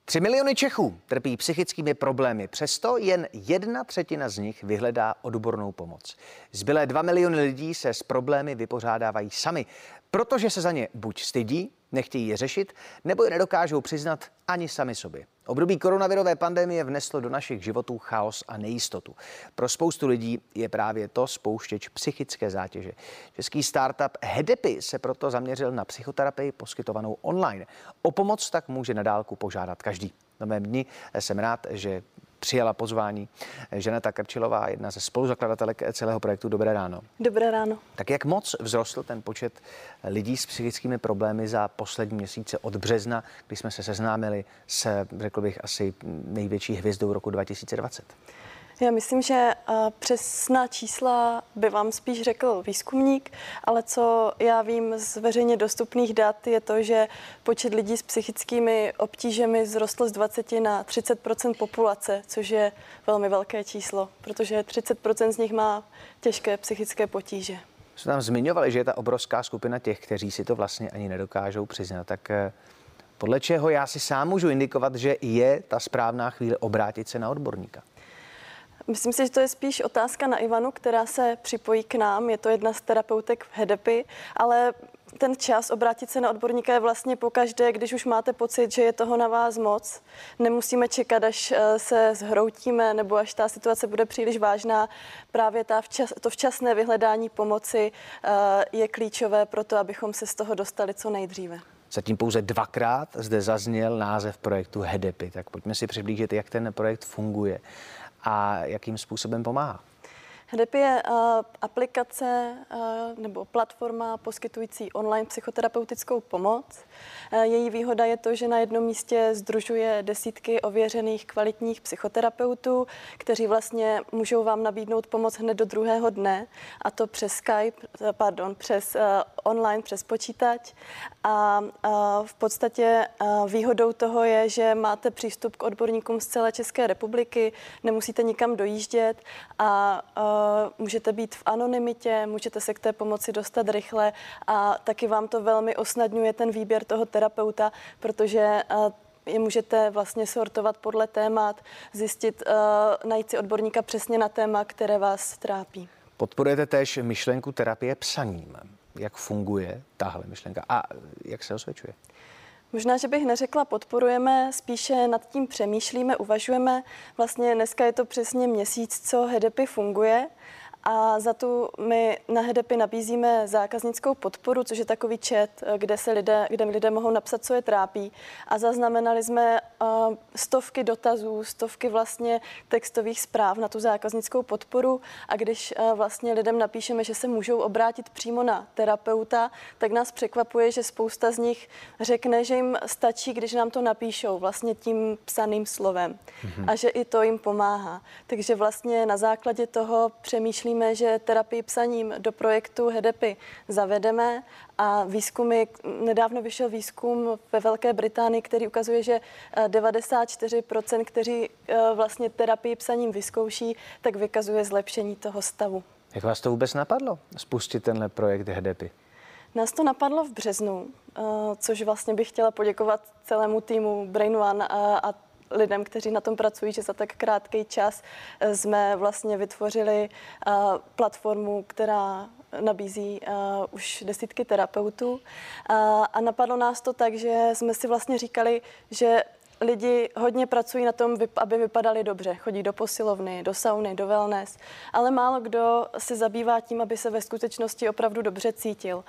3 miliony Čechů trpí psychickými problémy, přesto jen 1/3 z nich vyhledá odbornou pomoc. Zbylé 2 miliony lidí se s problémy vypořádávají sami, protože se za ně buď stydí, nechtějí je řešit, nebo je nedokážou přiznat ani sami sobě. Období koronavirové pandemie vneslo do našich životů chaos a nejistotu. Pro spoustu lidí je právě to spouštěč psychické zátěže. Český startup Hedepy se proto zaměřil na psychoterapii poskytovanou online. O pomoc tak může na dálku požádat každý. Na mém dni jsem rád, že přijala pozvání Žaneta Krčilová, jedna ze spoluzakladatelek celého projektu. Dobré ráno. Dobré ráno. Tak jak moc vzrostl ten počet lidí s psychickými problémy za poslední měsíce od března, kdy jsme se seznámili s, řekl bych, asi největší hvězdou roku 2020? Já myslím, že přesná čísla by vám spíš řekl výzkumník, ale co já vím z veřejně dostupných dat je to, že počet lidí s psychickými obtížemi vzrostl z 20 na 30% populace, což je velmi velké číslo, protože 30% z nich má těžké psychické potíže. Jsme tam zmiňovali, že je ta obrovská skupina těch, kteří si to vlastně ani nedokážou přiznat. Tak podle čeho já si sám můžu indikovat, že je ta správná chvíle obrátit se na odborníka? Myslím si, že to je spíš otázka na Ivanu, která se připojí k nám. Je to jedna z terapeutek v Hedepy, ale ten čas obrátit se na odborníka je vlastně pokaždé, když už máte pocit, že je toho na vás moc. Nemusíme čekat, až se zhroutíme nebo až ta situace bude příliš vážná. Právě to včasné vyhledání pomoci je klíčové pro to, abychom se z toho dostali co nejdříve. Zatím pouze 2krát zde zazněl název projektu Hedepy. Tak pojďme si přiblížit, jak ten projekt funguje a jakým způsobem pomáhá. Hedepy je aplikace nebo platforma poskytující online psychoterapeutickou pomoc. Její výhoda je to, že na jednom místě sdružuje desítky ověřených kvalitních psychoterapeutů, kteří vlastně můžou vám nabídnout pomoc hned do druhého dne, a to přes přes online, přes počítač. A v podstatě výhodou toho je, že máte přístup k odborníkům z celé České republiky, nemusíte nikam dojíždět a můžete být v anonymitě, můžete se k té pomoci dostat rychle a taky vám to velmi usnadňuje ten výběr toho terapeuta, protože je můžete vlastně sortovat podle témat, zjistit, najít si odborníka přesně na téma, které vás trápí. Podporujete též myšlenku terapie psaním. Jak funguje tahle myšlenka a jak se osvědčuje? Možná, že bych neřekla podporujeme, spíše nad tím přemýšlíme, uvažujeme. Vlastně dneska je to přesně měsíc, co Hedepy funguje. A za tu my na Hedepy nabízíme zákaznickou podporu, což je takový chat, kde lidé mohou napsat, co je trápí. A zaznamenali jsme stovky dotazů, stovky vlastně textových zpráv na tu zákaznickou podporu. A když vlastně lidem napíšeme, že se můžou obrátit přímo na terapeuta, tak nás překvapuje, že spousta z nich řekne, že jim stačí, když nám to napíšou vlastně tím psaným slovem. A že i to jim pomáhá. Takže vlastně na základě toho přemýšlíme, že terapii psaním do projektu Hedepy zavedeme a nedávno vyšel výzkum ve Velké Británii, který ukazuje, že 94%, kteří vlastně terapii psaním vyzkouší, tak vykazuje zlepšení toho stavu. Jak vás to vůbec napadlo spustit tenhle projekt Hedepy? Nás to napadlo v březnu, což vlastně bych chtěla poděkovat celému týmu Brain One a lidem, kteří na tom pracují, že za tak krátký čas jsme vlastně vytvořili platformu, která nabízí už desítky terapeutů. A napadlo nás to tak, že jsme si vlastně říkali, že lidi hodně pracují na tom, aby vypadali dobře. Chodí do posilovny, do sauny, do wellness, ale málo kdo se zabývá tím, aby se ve skutečnosti opravdu dobře cítil.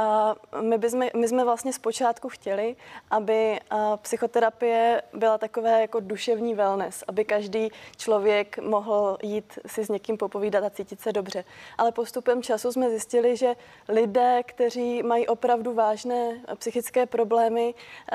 My jsme vlastně zpočátku chtěli, aby psychoterapie byla takové jako duševní wellness, aby každý člověk mohl jít si s někým popovídat a cítit se dobře. Ale postupem času jsme zjistili, že lidé, kteří mají opravdu vážné psychické problémy,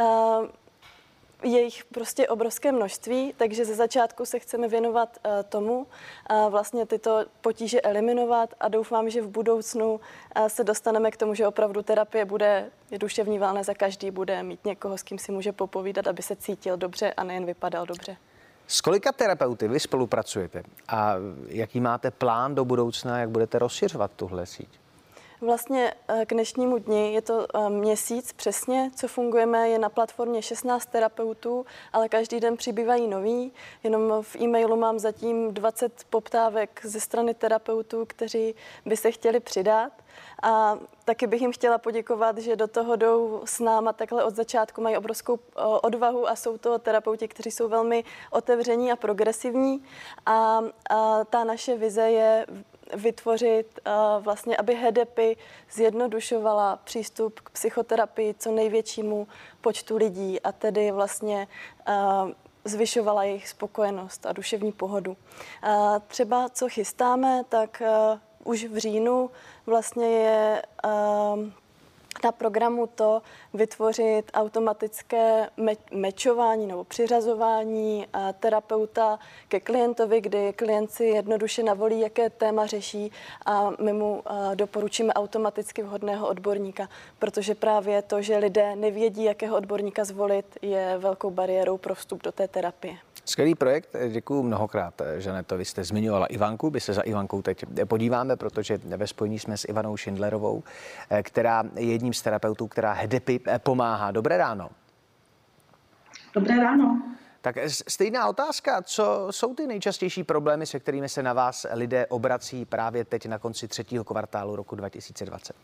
je jich prostě obrovské množství, takže ze začátku se chceme věnovat tomu, vlastně tyto potíže eliminovat a doufám, že v budoucnu se dostaneme k tomu, že opravdu terapie bude duševní wellness a každý bude mít někoho, s kým si může popovídat, aby se cítil dobře a nejen vypadal dobře. S kolika terapeuty vy spolupracujete a jaký máte plán do budoucna, jak budete rozšiřovat tuhle síť? Vlastně k dnešnímu dni je to měsíc přesně, co fungujeme, je na platformě 16 terapeutů, ale každý den přibývají noví. Jenom v e-mailu mám zatím 20 poptávek ze strany terapeutů, kteří by se chtěli přidat. A taky bych jim chtěla poděkovat, že do toho jdou s náma takhle od začátku, mají obrovskou odvahu a jsou to terapeuti, kteří jsou velmi otevření a progresivní. A ta naše vize je vytvořit vlastně, aby HEDEPy zjednodušovala přístup k psychoterapii co největšímu počtu lidí a tedy vlastně zvyšovala jejich spokojenost a duševní pohodu. Třeba co chystáme, tak už v říjnu vlastně je na programu to vytvořit automatické mečování nebo přiřazování terapeuta ke klientovi, kdy klient si jednoduše navolí, jaké téma řeší a my mu doporučíme automaticky vhodného odborníka, protože právě to, že lidé nevědí, jakého odborníka zvolit, je velkou bariérou pro vstup do té terapie. Skvělý projekt, děkuju mnohokrát, Žaneto. Vy jste zmiňovala Ivanku, my se za Ivankou teď podíváme, protože ve spojení jsme s Ivanou Šindlerovou, která je jedním z terapeutů, která HEDEPy pomáhá. Dobré ráno. Dobré ráno. Tak stejná otázka, co jsou ty nejčastější problémy, se kterými se na vás lidé obrací právě teď na konci 3. kvartálu roku 2020?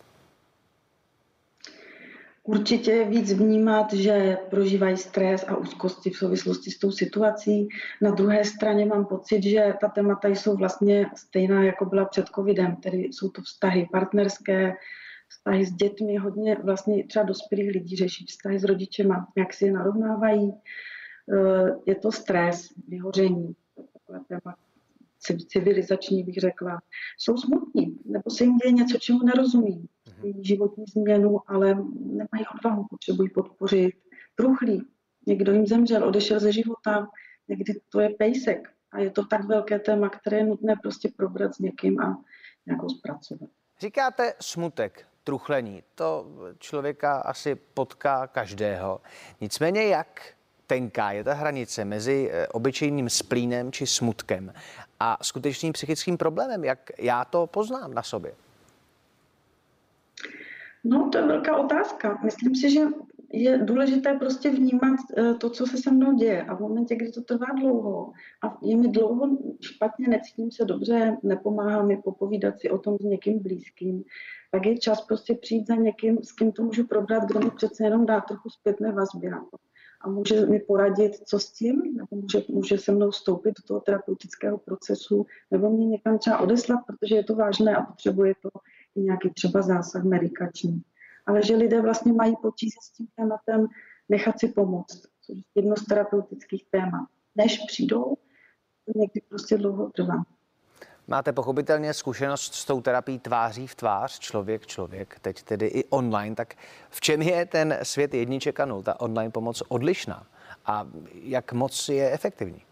Určitě víc vnímat, že prožívají stres a úzkosti v souvislosti s tou situací. Na druhé straně mám pocit, že ta témata jsou vlastně stejná, jako byla před covidem, tedy jsou to vztahy partnerské, vztahy s dětmi, hodně vlastně třeba dospělých lidí řeší vztahy s rodičema, jak si je narovnávají. Je to stres, vyhoření, takové téma civilizační bych řekla. Jsou smutní, nebo se jim děje něco, čemu nerozumí. Životní změnu, ale nemají odvahu, potřebují podpořit. Truchlí, někdo jim zemřel, odešel ze života, někdy to je pejsek. A je to tak velké téma, které je nutné prostě probrat s někým a nějakou zpracovat. Říkáte smutek, truchlení, to člověka asi potká každého. Nicméně jak tenká je ta hranice mezi obyčejným splínem či smutkem a skutečným psychickým problémem? Jak já to poznám na sobě? No, to je velká otázka. Myslím si, že je důležité prostě vnímat to, co se se mnou děje. A v momentě, kdy to trvá dlouho a je mi dlouho špatně, necítím se dobře, nepomáhá mi popovídat si o tom s někým blízkým, tak je čas prostě přijít za někým, s kým to můžu probrat, kdo mi přece jenom dá trochu zpětné vazby na to. A může mi poradit, co s tím, nebo může se mnou vstoupit do toho terapeutického procesu, nebo mě někam třeba odeslat, protože je to vážné a potřebuje to i nějaký třeba zásah medikační. Ale že lidé vlastně mají potíže s tím tématem nechat si pomoct, což je jedno z terapeutických témat. Než přijdou, to někdy prostě dlouho trvá. Máte pochopitelně zkušenost s tou terapií tváří v tvář, člověk, teď tedy i online, tak v čem je ten svět 1 a 0, ta online pomoc odlišná a jak moc je efektivní?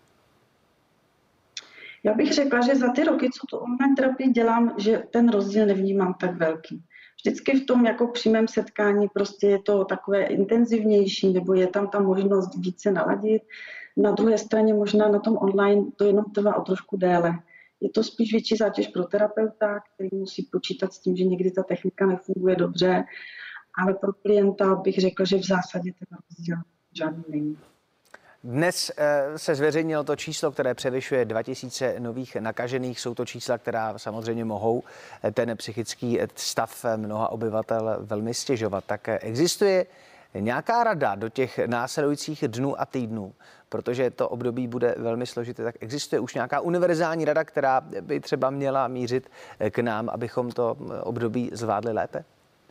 Já bych řekla, že za ty roky, co tu online terapii dělám, že ten rozdíl nevnímám tak velký. Vždycky v tom jako přímém setkání prostě je to takové intenzivnější, nebo je tam ta možnost více naladit. Na druhé straně možná na tom online to jenom trvá o trošku déle. Je to spíš větší zátěž pro terapeuta, který musí počítat s tím, že někdy ta technika nefunguje dobře, ale pro klienta bych řekla, že v zásadě ten rozdíl žádný není. Dnes se zveřejnilo to číslo, které převyšuje 2000 nových nakažených. Jsou to čísla, která samozřejmě mohou ten psychický stav mnoha obyvatel velmi stěžovat. Tak existuje nějaká rada do těch následujících dnů a týdnů, protože to období bude velmi složité, tak existuje už nějaká univerzální rada, která by třeba měla mířit k nám, abychom to období zvládli lépe?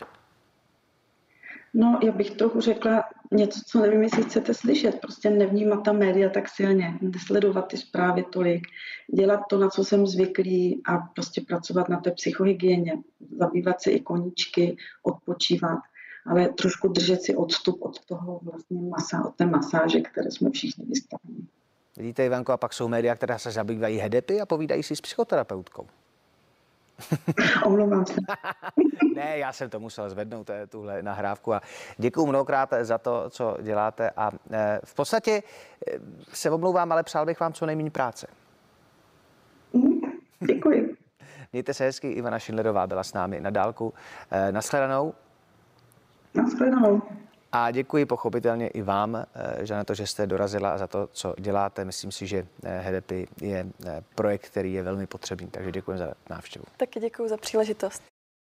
No, já bych trochu řekla něco, co nevím, jestli chcete slyšet. Prostě nevnímat ta média tak silně, nesledovat ty zprávy tolik, dělat to, na co jsem zvyklý a prostě pracovat na té psychohygieně, zabývat se i koníčky, odpočívat, ale trošku držet si odstup od toho vlastně od té masáže, které jsme všichni vystaveni. Vidíte, Ivanko, a pak jsou média, která se zabývají HEDEPy a povídají si s psychoterapeutkou. Omlouvám se. Ne, já jsem to musel zvednout, tuhle nahrávku a děkuju mnohokrát za to, co děláte a v podstatě se omlouvám, ale přál bych vám co nejméně práce. Děkuji. Mějte se hezky, Ivana Šindlerová byla s námi na dálku. Nashledanou. Nashledanou. A děkuji pochopitelně i vám, Žaneto, že jste dorazila a za to, co děláte. Myslím si, že HEDEPI je projekt, který je velmi potřebný, takže děkuji za návštěvu. Taky děkuji za příležitost.